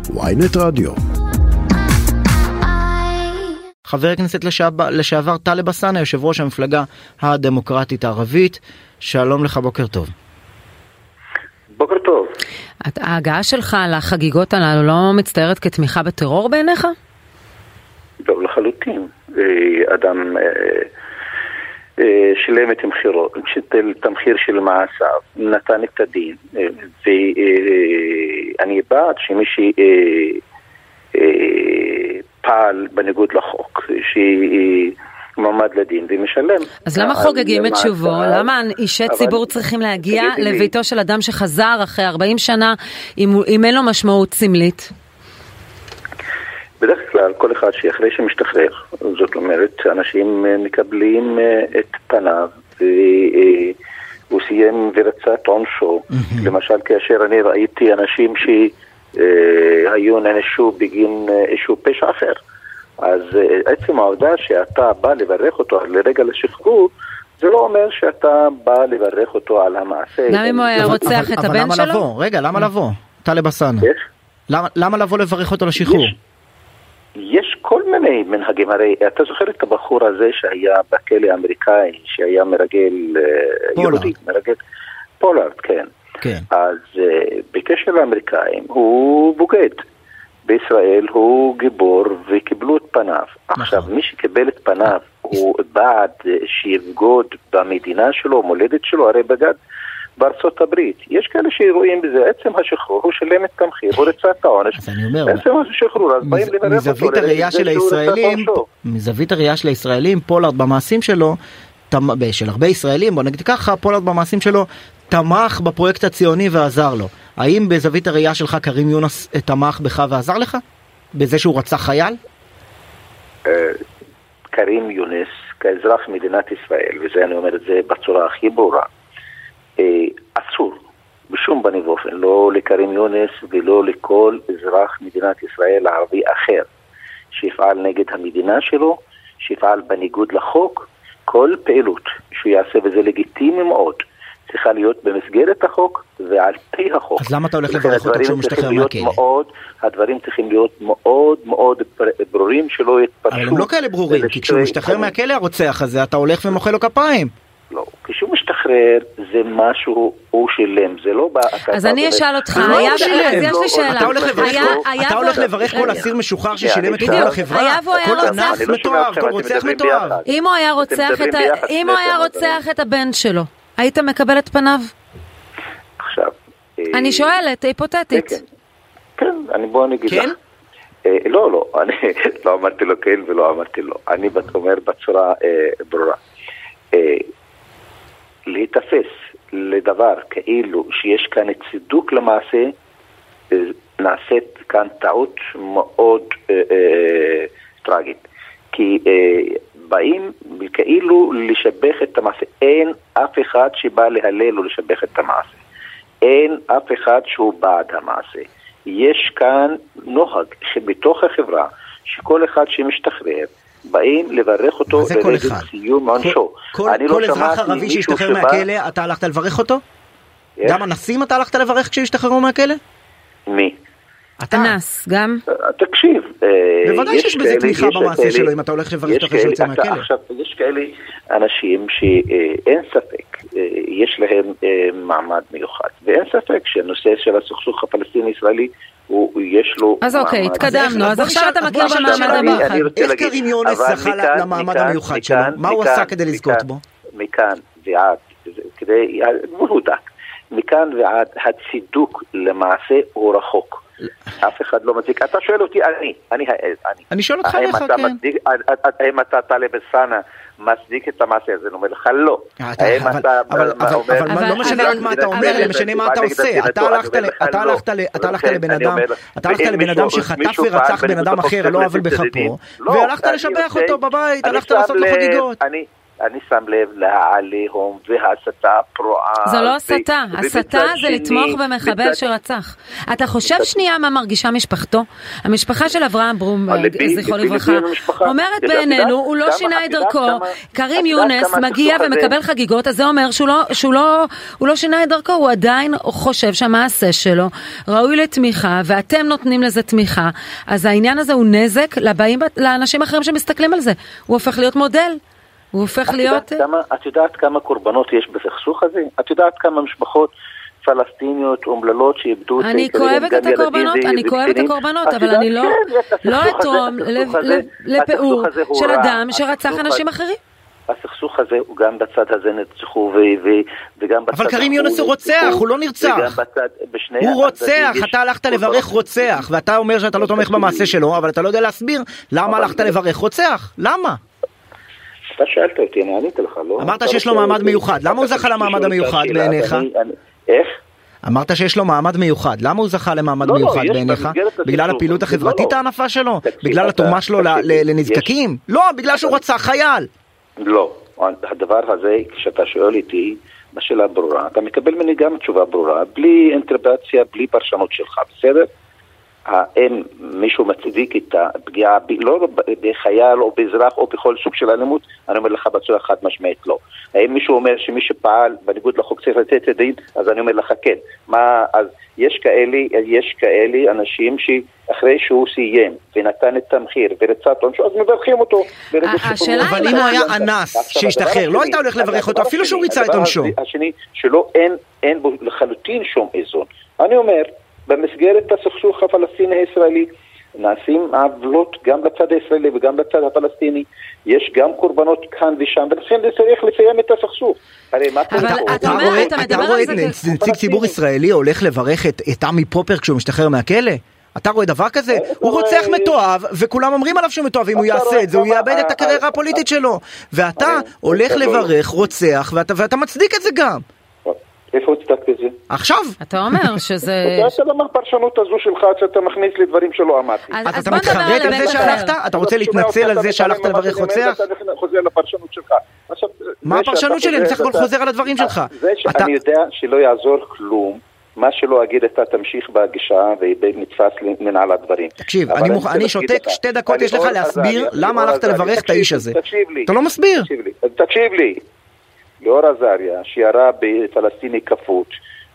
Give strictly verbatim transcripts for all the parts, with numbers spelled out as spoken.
וויינט רדיו. חבר הכנסת לשעבר, לשעבר טלב אלסאנע, יושב ראש המפלגה הדמוקרטית הערבית, שלום לך, בוקר טוב. בוקר טוב. ההגעה שלך לחגיגות הללו לא מצטיירת כתמיכה בטרור בעיניך? טוב, לחלוטין. אדם שילם את המחיר של מעשיו, נתן את הדין, ואני בעד שמי שפעל בניגוד לחוק, שמעמד לדין ומשלם. אז למה חוגגים את שובו? למה אישי ציבור צריכים להגיע לביתו של אדם שחזר אחרי ארבעים שנה אם אין לו משמעות סמלית? בדרך כלל כל אחד שאחרי שמשתחרר, זאת אומרת, אנשים מקבלים את פניו והוא סיים ורצת עונשו. למשל, כאשר אני ראיתי אנשים שהיו נענשו בגין איזשהו פשע אחר, אז עצם העובדה שאתה בא לברך אותו לרגע לשחרור, זה לא אומר שאתה בא לברך אותו על המעשה. גם אם הוא היה רוצח את הבן שלו? אבל למה לבוא? רגע, למה לבוא? טלב אלסאנע. למה לבוא לברך אותו לשחרור? יש כל מיני מנהגים, הרי אתה זוכר את הבחור הזה שהיה בכלא האמריקאי, שהיה מרגל יהודי, מרגל פולארד, כן. כן. אז uh, בקשר לאמריקאים הוא בוגד, בישראל הוא גיבור וקיבלו את פניו. נכון. עכשיו מי שקיבל את פניו הוא בעד שיבגוד במדינה שלו, מולדת שלו, הרי בגד בארצות הברית. יש כאלה שרואים בזה, עצם השחרור, הוא שלם את המחיר, הוא רצה את העונש. אז אני אומר, עצם השחרור, אז באים לברך אותו. מזווית הראייה של הישראלים, מזווית הראייה של הישראלים, פולארד במעשים שלו, של הרבה ישראלים, בוא נגיד ככה, פולארד במעשים שלו, תמך בפרויקט הציוני ועזר לו. האם בזווית הראייה שלך כרים יונס תמך בך ועזר לך? בזה שהוא רצה חייל? כרים יונס, כאזרח מדינת ישראל, וזה אני אומר את זה בצורה הכי ברורה, אסור בשום פנים ואופן, לא לכרים יונס ולא לכל אזרח מדינת ישראל הערבי אחר שיפעל נגד המדינה שלו, שיפעל בניגוד לחוק. כל פעילות שהוא יעשה, וזה לגיטימי מאוד, צריכה להיות במסגרת החוק ועל פי החוק. אז למה אתה הולך לברך אותו כשהוא משתחרר מהכלא? הדברים צריכים להיות מאוד מאוד ברורים, שלא יתפרשו. אבל הם לא כאלה ברורים, כי כשהוא משתחרר מהכלא הרוצח הזה, אתה הולך ומוחא לו כפיים. לא, כשהוא משתחרר זה משהו, הוא שילם, זה לא בא... אז אני אשאל אותך, יש לי שאלה. אתה הולך לברך כל אסיר משוחרר ששילם את כל החברה? כל אנס מתואר, כל רוצח מתואר. אם הוא היה רוצח את הבן שלו, היית מקבל את פניו? עכשיו... אני שואלת, היפותטית. כן, אני בוא נגיד לך. לא, לא, אני לא אמרתי לו כן ולא אמרתי לו. אני אומר בצורה ברורה. להתאפס לדבר כאילו שיש כאן צידוק למעשה, נעשית כאן טעות מאוד אה, אה, טרגית. כי אה, באים כאילו לשבח את המעשה. אין אף אחד שבא להלל או לשבח את המעשה. אין אף אחד שהוא בעד המעשה. יש כאן נוהג שבתוך החברה, שכל אחד שמשתחרר, באים לברך אותו לרגע סיום עונשו. כל אזרח ערבי שהשתחרר מהכלא, אתה הלכת לברך אותו? גם הנסים אתה הלכת לברך כשהשתחררו מהכלא? מי? אנס, גם? תקשיב. בוודאי שיש בזה תמיכה במעשה שלו, אם אתה הולך לברך אותו אחרי שיוצא מהכלא. עכשיו, יש כאלה אנשים שאין ספק, יש להם מעמד מיוחד, ואין ספק שהנושא של הסכסוך הפלסטיני-ישראלי, יש לו... אז אוקיי, התקדמנו, אז עכשיו אתה מכיר במעמד המיוחד. איך כרים יונס זכה למעמד המיוחד שלו? מה הוא עשה כדי לזכות בו? מכאן ועד, כדי, הוא דק, מכאן ועד הצידוק למעשה הוא רחוק. אף אחד לא מצדיק. אתה שואל אותי, אני, אני, אני. אני שואל אותך לך, כן. האם אתה טלב אלסאנע מצדיק את המעשה הזה? אני אומר לך, לא. אבל לא משנה רק מה אתה אומר, אלא משנה מה אתה עושה. אתה הלכת לבן אדם, אתה הלכת לבן אדם שחטף ורצח בן אדם אחר, לא עוול בכפו, והלכת לשבח אותו בבית, הלכת לעשות לו חגיגות. אני שם לב להעליהום וההסתה הפרועה. זו לא הסתה, הסתה זה לתמוך במחבל שרצח. אתה חושב שנייה מה מרגישה משפחתו? המשפחה של אברהם ברומברג, זכרו לברכה, אומרת בעינינו, הוא לא שינה את דרכו, קרים יונס מגיע ומקבל חגיגות, אז זה אומר שהוא לא שינה את דרכו, הוא עדיין חושב שהמעשה שלו ראוי לתמיכה, ואתם נותנים לזה תמיכה, אז העניין הזה הוא נזק לאנשים אחרים שמסתכלים על זה. הוא הופך להיות מודל. הוא הופך להיות... את יודעת כמה קורבנות יש בסכסוך הזה? את יודעת כמה משפחות פלסטיניות אומללות שאיבדו... אני כואבת את הקורבנות, אני כואבת את הקורבנות, אבל אני לא אתרום לפעור של אדם שרצח אנשים אחרים. הסכסוך הזה הוא גם בצד הזה נרצחו וגם בצד... אבל קרים יונס הוא רוצח, הוא לא נרצח. הוא רוצח, אתה הלכת לברך רוצח, ואתה אומר שאתה לא תומך במעשה שלו, אבל אתה לא יודע להסביר למה הלכת לברך רוצח. למה? אתה שאלת אותי, אני עניתי לך, לא? אמרת שיש לו מעמד מיוחד, למה הוא זכה למעמד המיוחד בעיניך? איך? אמרת שיש לו מעמד מיוחד, למה הוא זכה למעמד מיוחד בעיניך? בגלל הפעילות החברתית הענפה שלו? בגלל התרומה שלו לנזקקים? לא, בגלל שהוא רצח חייל. לא, הדבר הזה, כשאתה שואל איתי, בשאלה ברורה, אתה מקבל ממני גם תשובה ברורה, בלי אינטרפרציה, בלי פרשנות שלך, בסדר? האם מישהו מצדיק את הפגיעה, לא בחייל או באזרח או בכל סוג של אלימות, אני אומר לך בצורה חד משמעית לא. האם מישהו אומר שמי שפעל בניגוד לחוק צריך לתת את הדין, אז אני אומר לך כן. מה, אז יש כאלה, יש כאלה אנשים שאחרי שהוא סיים ונתן את המחיר ורצת עונשו, אז מברכים אותו. אבל אם הוא היה אנס שהשתחרר, לא היית הולך לברך אותו, אפילו שהוא ריצה את עונשו. השני, שלא אין בו לחלוטין שום איזון. אני אומר, במסגרת הסכסוך הפלסטיני הישראלי נעשים עוולות גם בצד הישראלי וגם בצד הפלסטיני, יש גם קורבנות כאן ושם, ולכן זה צריך לסיים את הסכסוך. אתה רואה את נציג ציבור ישראלי הולך לברך את עמי פופר כשהוא משתחרר מהכלא? אתה רואה דבר כזה? הוא רוצח מתועב, וכולם אומרים עליו שהוא מתועב, אם הוא יעשה את זה, הוא יאבד את הקריירה הפוליטית שלו. ואתה הולך לברך רוצח, ואתה מצדיק את זה גם. איפה הצדקת את זה? עכשיו. אתה אומר שזה... אתה לא מהפרשנות הזו שלך שאתה מכניס לדברים שלא אמרתי. אז אתה מתחרט על זה שהלכת? אתה רוצה להתנצל על זה שהלכת לברך רוצח? אתה חוזר לפרשנות שלך. מה הפרשנות שלי? אני צריך כל חוזר על הדברים שלך. זה שאני יודע שלא יעזור כלום, מה שלא אגיד אתה תמשיך בהגישה ונתפס מן על הדברים. תקשיב, אני שותק שתי דקות יש לך להסביר למה הלכת לברך את האיש הזה. אתה לא מסביר. תקשיב לי. לאור עזריה, שירה בפלסטיני כפות,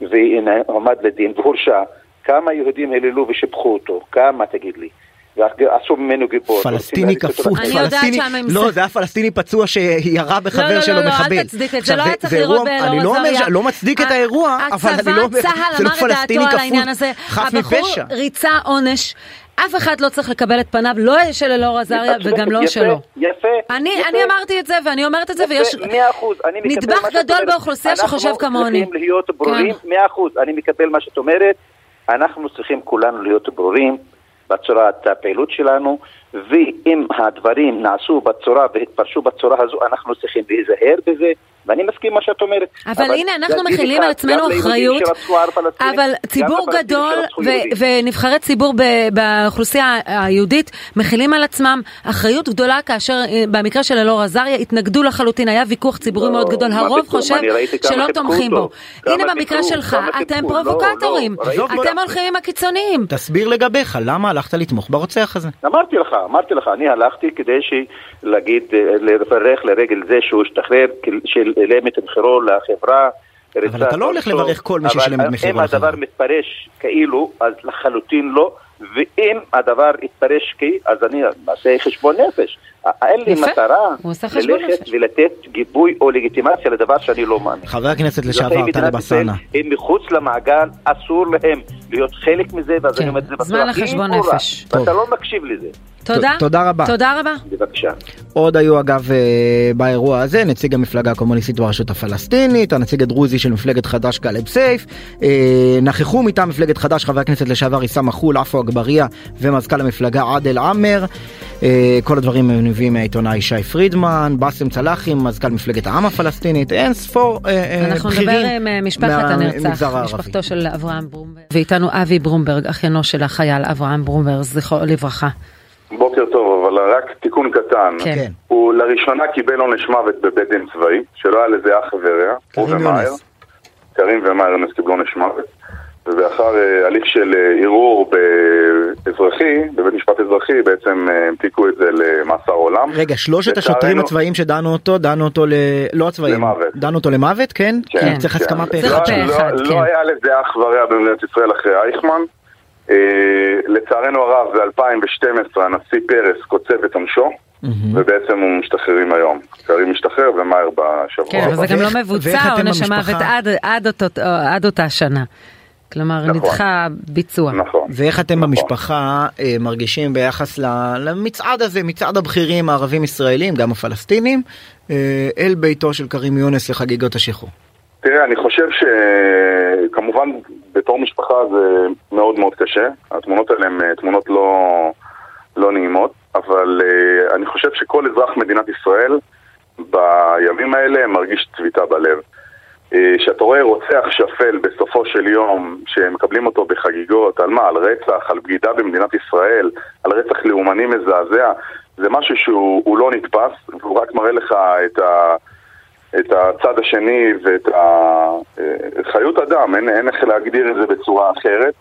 ועמד לדין, והורשע, כמה יהודים הללו ושבחו אותו? כמה, תגיד לי? ועשו ממנו גיבור. פלסטיני כפות, פלסטיני, לא, זה היה פלסטיני פצוע שירה בחבר שלו מחבל. לא, לא, לא, אל תצדיק את זה, לא היה צריך לראות באלאור עזריה. אני לא מצדיק את האירוע, אבל אני לא אומר, זה לא פלסטיני כפות, חף מפשע. הבחור ריצה עונש, אף אחד לא צריך לקבל את פניו, לא של אלאור עזריה וגם לא שלו. יפה. אני אמרתי את זה ואני אומרת את זה, ויש נדבך גדול באוכלוסייה שחושב כמוני. אנחנו צריכים להיות ברורים, מאה אחוז. אני מקבל מה שאת אומרת, אנחנו צריכים כולנו להיות ברורים בצורת הפעילות שלנו, ואם הדברים נעשו בצורה והתפרשו בצורה הזו, אנחנו צריכים להיזהר בזה, ואני מסכים מה שאת אומרת. אבל, אבל הנה, אנחנו מכילים על עצמנו אחריות, אבל ציבור גדול ו- ונבחרי ציבור באוכלוסייה היהודית מכילים על עצמם אחריות גדולה, כאשר במקרה של אלאור עזריה התנגדו לחלוטין, היה ויכוח ציבורי מאוד גדול, הרוב חושב שלא תומכים בו. הנה במקרה שלך, אתם פרובוקטורים, אתם הולכים עם הקיצוניים. תסביר לגביך, למה הלכת לתמוך ברוצח הזה? אמרתי לך, אמרתי לך, אני הלכתי כדי להגיד, לברך לרגל זה שהוא השתחרר של אלה מתמחירו לחברה. אבל אתה לא הולך לברך כל מי ששלם את מחירו לחברה. אם הדבר מתפרש כאילו, אז לחלוטין לא, ואם הדבר יתפרש כי, אז אני אעשה חשבון נפש. אין לי מטרה ללכת ולתת גיבוי או לגיטימציה לדבר שאני לא מאמין. חבר הכנסת לשעבר טלב אלסאנע, הם מחוץ למעגל, אסור להם להיות חלק מזה, ואז אני אומר את זה בצורה הכי ברורה, ואתה לא מקשיב לזה. תודה. תודה רבה. תודה רבה. בבקשה. עוד היו אגב באירוע הזה נציג המפלגה הקומוניסטית ברשות הפלסטינית, הנציג הדרוזי של מפלגת חד"ש גלב סייף, נכחו מטעם מפלגת חד"ש חבר הכנסת לשעבר עיסאם מח'ול, עפו אגבאריה ומזכ"ל המפלגה עאדל עאמר. כל הדברים נביאים מהעיתונאי שי פרידמן, באסם צלחי, מזכ"ל מפלגת העם הפלסטינית, אין ספור בכירים. אנחנו נדבר עם משפחת הנרצח, משפחתו של אברהם ברומברג. ואיתנו אבי ברומברג, אחיינו של החייל אברהם ברומברג, זכרו לברכה. בוקר טוב, אבל אבל רק תיקון קטן. כן. הוא לראשונה קיבל עונש מוות בבית דין צבאי, שלא היה לזה אח ורע. קרים יונס. קרים ומאיר יונס קיבלו עונש מוות. ובאחר הליך של ערעור באזרחי, בבית משפט אזרחי, בעצם המתיקו את זה למאסר עולם. רגע, שלושת השוטרים הצבאיים שדנו אותו, דנו אותו ל... לא הצבאיים. למוות. דנו אותו למוות, כן? כן. צריך הסכמה פה אחד. לא היה לזה אח ורע במדינת ישראל אחרי אייכמן. לצערנו הרב, ב-אלפיים ושתים עשרה הנשיא פרס קוצב את עונשו, ובעצם הוא משתחררים היום. קרים משתחרר ומאיר בשבוע. כן, אבל זה גם לא מבוצע, עונש המוות עד אותה שנה. כלומר, נדחה ביצוע. נכון. ואיך אתם במשפחה מרגישים ביחס למצעד הזה, מצעד הבכירים הערבים ישראלים, גם הפלסטינים, אל ביתו של קרים יונס לחגיגות השחרור? תראה, אני חושב שכמובן בתור משפחה זה מאוד מאוד קשה. התמונות האלה הן תמונות לא, לא נעימות, אבל אני חושב שכל אזרח מדינת ישראל בימים האלה מרגיש צביטה בלב. שאתה רואה רוצח שפל בסופו של יום, שמקבלים אותו בחגיגות, על מה? על רצח, על בגידה במדינת ישראל, על רצח לאומני מזעזע, זה משהו שהוא לא נתפס, והוא רק מראה לך את, ה, את הצד השני ואת חיות אדם, אין, אין איך להגדיר את זה בצורה אחרת.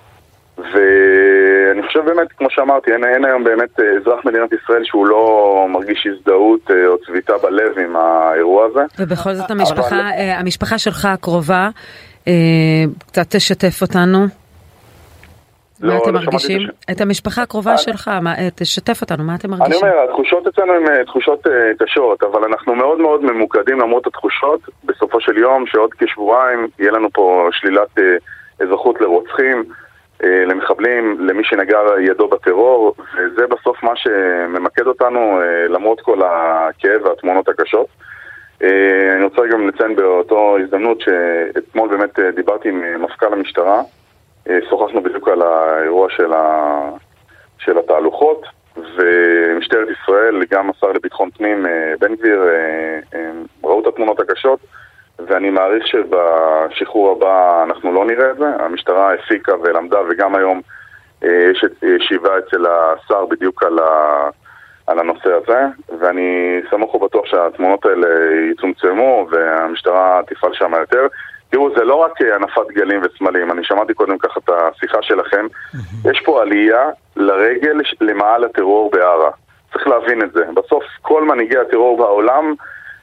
ואני חושב באמת, כמו שאמרתי, אין, אין היום באמת אזרח מדינת ישראל שהוא לא מרגיש הזדהות או צביטה בלב עם האירוע הזה. ובכל זאת המשפחה, אבל... המשפחה שלך הקרובה, קצת תשתף אותנו. לא, מה אתם לא מרגישים? ש... את המשפחה הקרובה אני... שלך, מה, תשתף אותנו, מה אתם מרגישים? אני אומר, התחושות אצלנו הן תחושות קשות, אבל אנחנו מאוד מאוד ממוקדים למרות התחושות, בסופו של יום, שעוד כשבועיים יהיה לנו פה שלילת אזרחות לרוצחים, למחבלים, למי שנגע ידו בטרור, וזה בסוף מה שממקד אותנו למרות כל הכאב והתמונות הקשות. אני רוצה גם לציין באותו הזדמנות שאתמול באמת דיברתי עם מפכ"ל המשטרה, שוחחנו בדיוק על האירוע של, ה... של התהלוכות, ומשטרת ישראל, גם השר לביטחון פנים בן גביר, ראו את התמונות הקשות, ואני מעריך שבשחרור הבא אנחנו לא נראה את זה. המשטרה הפיקה ולמדה, וגם היום יש ישיבה אצל השר בדיוק על, ה, על הנושא הזה, ואני סמוך ובטוח שהתמונות האלה יצומצמו והמשטרה תפעל שם יותר. תראו, זה לא רק הנפת גלים וסמלים, אני שמעתי קודם ככה את השיחה שלכם, יש פה עלייה לרגל למעל הטרור בערה. צריך להבין את זה. בסוף כל מנהיגי הטרור בעולם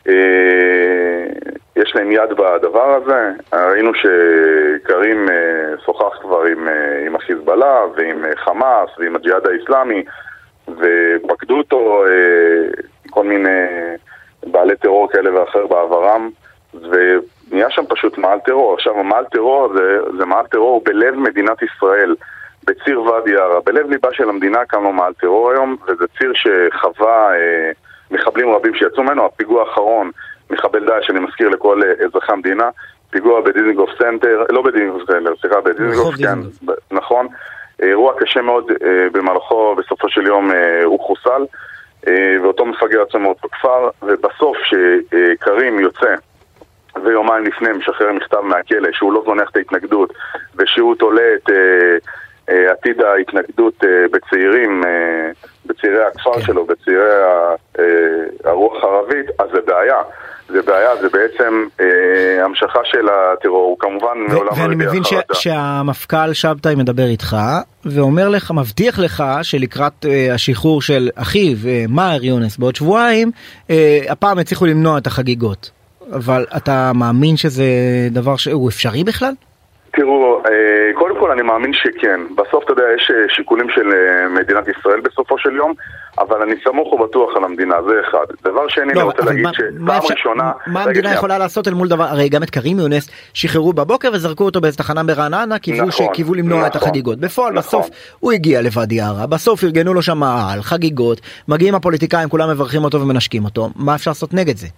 יש להם יד בדבר הזה. ראינו שקרים שוחח כבר עם, עם החיזבאללה ועם חמאס ועם הג'יהאד האסלאמי, ופקדו אותו כל מיני בעלי טרור כאלה ואחר בעברם, ונהיה שם פשוט מעל טרור. עכשיו, המעל טרור זה, זה מעל טרור בלב מדינת ישראל, בציר ואדי ערה, בלב ליבה של המדינה קמנו מעל טרור היום, וזה ציר שחווה אה, מחבלים רבים שיצאו ממנו. הפיגוע האחרון, מחבל דאעש, אני מזכיר לכל אה, אזרחי המדינה, פיגוע בדיזנגוף סנטר, לא בדיזנגוף סנטר, סליחה, בדיזנגוף, כן, ב- נכון, אירוע קשה מאוד אה, במהלכו, בסופו של יום אה, הוא חוסל, אה, ואותו מפגר עצמו מאותו כפר, ובסוף שקרים יוצא, ויומיים לפני משחרר מכתב מהכלא שהוא לא זונח את ההתנגדות, ושהוא תולה את אה, אה, עתיד ההתנגדות אה, בצעירים, אה, בצעירי הכפר כן. שלו, בצעירי אה, הרוח הערבית, אז זה בעיה. זה בעיה, זה בעצם אה, המשכה של הטרור, הוא כמובן ו- מעולם ואני מבין ש- שהמפכ"ל שבתאי מדבר איתך, ואומר לך, מבטיח לך שלקראת אה, השחרור של אחיו, אה, מאיר יונס, בעוד שבועיים, אה, הפעם הצליחו למנוע את החגיגות. אבל אתה מאמין שזה דבר שהוא אפשרי בכלל? תראו, קודם כל אני מאמין שכן. בסוף אתה יודע, יש שיקולים של מדינת ישראל בסופו של יום, אבל אני סמוך ובטוח על המדינה, זה אחד. דבר שני, אני רוצה להגיד שפעם ראשונה... מה המדינה יכולה לעשות אל מול דבר? הרי גם את קרים יונס שחררו בבוקר וזרקו אותו באיזו תחנה ברעננה, קיוו למנוע את החגיגות. בפועל, בסוף הוא הגיע לוואדי ערה, בסוף ארגנו לו שם מעל, חגיגות, מגיעים הפוליטיקאים, כולם מברכים אותו ומנשקים אותו. מה אפשר לעשות נגד זה?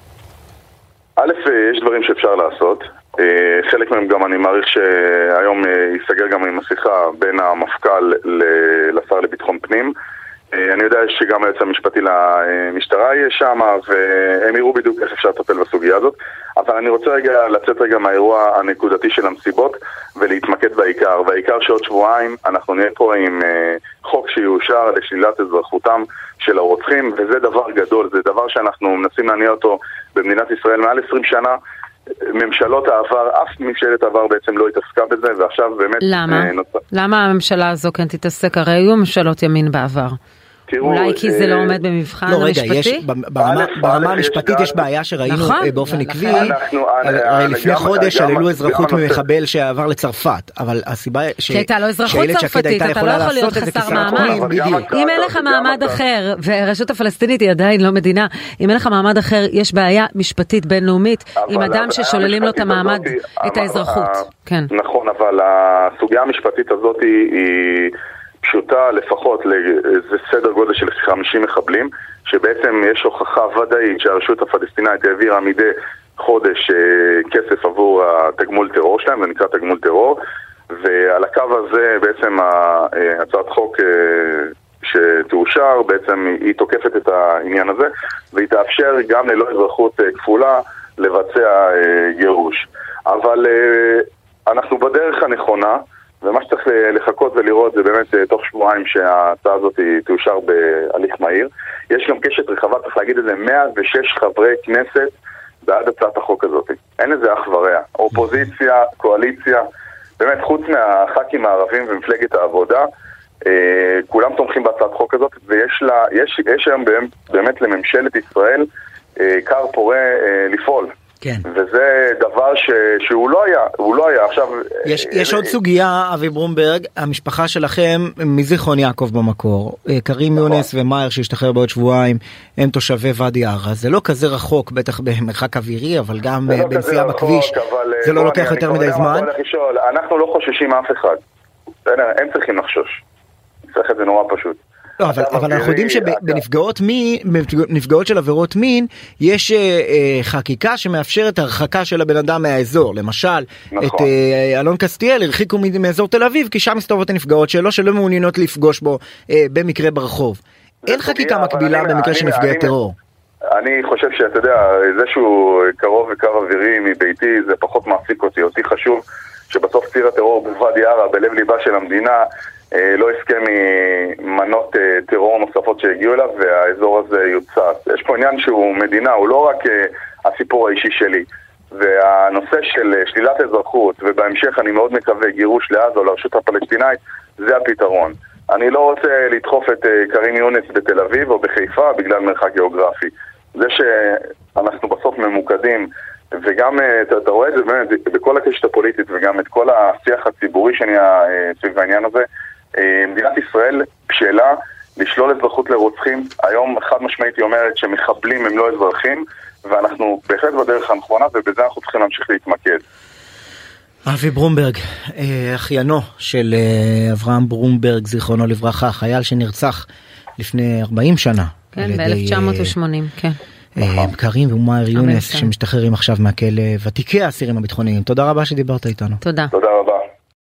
א', יש דברים שאפשר לעשות. חלק מהם גם אני מעריך שהיום ייסגר גם עם השיחה בין המפכ"ל לשר לביטחון פנים. אני יודע שגם היועץ המשפטי למשטרה יהיה שם, והם יראו בדיוק איך אפשר לטפל בסוגיה הזאת. אבל אני רוצה רגע לצאת רגע מהאירוע הנקודתי של המסיבות ולהתמקד בעיקר. והעיקר שעוד שבועיים אנחנו נהיה פה עם חוק שיאושר לשלילת אזרחותם של הרוצחים, וזה דבר גדול, זה דבר שאנחנו מנסים להניע אותו במדינת ישראל מעל עשרים שנה. ממשלות העבר, אף ממשלת העבר בעצם לא התעסקה בזה, ועכשיו באמת... למה? נוצ... למה הממשלה הזו כן תתעסק? הרי היו ממשלות ימין בעבר. תראו, אולי כי זה לא עומד במבחן לא, המשפטי? רגע, יש, ברמה, ברמה המשפטית יש בעיה שראינו נכון, באופן עקבי, הרי לפני חודש שללו אזרחות ממחבל שעבר לצרפת, אבל הסיבה שאילת שקד הייתה יכולה לעשות את זה כשר פנים, אם אין לך מעמד אחר, והרשות הפלסטינית היא עדיין לא מדינה, אם אין לך מעמד אחר, יש בעיה משפטית בינלאומית, עם אדם ששוללים לו את המעמד, את האזרחות. נכון, אבל הסוגיה המשפטית הזאת היא... פשוטה לפחות לאיזה סדר גודל של חמישים מחבלים, שבעצם יש הוכחה ודאית שהרשות הפלסטינאית העבירה מדי חודש כסף עבור התגמול טרור שלהם, זה נקרא תגמול טרור, ועל הקו הזה בעצם הצעת חוק שתאושר, בעצם היא תוקפת את העניין הזה, והיא תאפשר גם ללא אזרחות כפולה לבצע גירוש. אבל אנחנו בדרך הנכונה, ומה שצריך לחכות ולראות זה באמת תוך שבועיים שההצעה הזאת תאושר בהליך מהיר. יש גם קשת רחבה, צריך להגיד את זה, מאה ושש חברי כנסת בעד הצעת החוק הזאת. אין לזה אח ורע. אופוזיציה, קואליציה, באמת חוץ מהח"כים הערבים ומפלגת העבודה, כולם תומכים בהצעת החוק הזאת, ויש לה, יש, יש היום באמת לממשלת ישראל קר פורה לפעול. כן. וזה דבר ש... שהוא לא היה, הוא לא היה. עכשיו... יש, יש עוד סוגיה, אבי ברומברג, המשפחה שלכם מזיכרון יעקב במקור, קרים יונס ומאיר שהשתחרר בעוד שבועיים, הם תושבי ואדי ערה. זה לא כזה רחוק, בטח במרחק אווירי, אבל גם בנסיעה בכביש, זה לא לוקח יותר מדי זמן. אנחנו לא חוששים אף אחד. הם צריכים לחשוש. צריך את זה נורא פשוט. לא, אבל, אבל אנחנו יודעים שבנפגעות מין, בנפגעות של עבירות מין, יש אה, חקיקה שמאפשרת הרחקה של הבן אדם מהאזור. למשל, נכון. את אה, אלון קסטיאל הרחיקו מאזור תל אביב, כי שם מסתובבות הנפגעות שלו, שלא מעוניינות לפגוש בו אה, במקרה ברחוב. אין חקיקה מקבילה אני, במקרה אני, של נפגעי טרור. אני חושב שאתה יודע, זה שהוא קרוב וקו אווירי מביתי, זה פחות מעסיק אותי. אותי חשוב שבסוף ציר הטרור בוואדי ערה, בלב ליבה של המדינה, לא יזכה ממנות טרור נוספות שהגיעו אליו והאזור הזה יוצץ. יש פה עניין שהוא מדינה, הוא לא רק הסיפור האישי שלי. והנושא של שלילת אזרחות, ובהמשך אני מאוד מקווה גירוש לעזה או לרשות הפלסטינאית, זה הפתרון. אני לא רוצה לדחוף את קרים יונס בתל אביב או בחיפה בגלל מרחק גיאוגרפי. זה שאנחנו בסוף ממוקדים, וגם אתה רואה את זה באמת בכל הקשת הפוליטית וגם את כל השיח הציבורי שנהיה סביב העניין הזה, מדינת ישראל בשאלה לשלול אזרחות לרוצחים, היום חד משמעית היא אומרת שמחבלים הם לא אזרחים, ואנחנו בהחלט בדרך הנכונה, ובזה אנחנו צריכים להמשיך להתמקד. אבי ברומברג, אחיינו של אברהם ברומברג, זיכרונו לברכה, חייל שנרצח לפני ארבעים שנה. כן, ב-אלף תשע מאות ושמונים, כן. קרים ומאיר יונס שמשתחררים עכשיו מהכלא, ותיקי האסירים הביטחוניים. תודה רבה שדיברת איתנו. תודה. תודה רבה.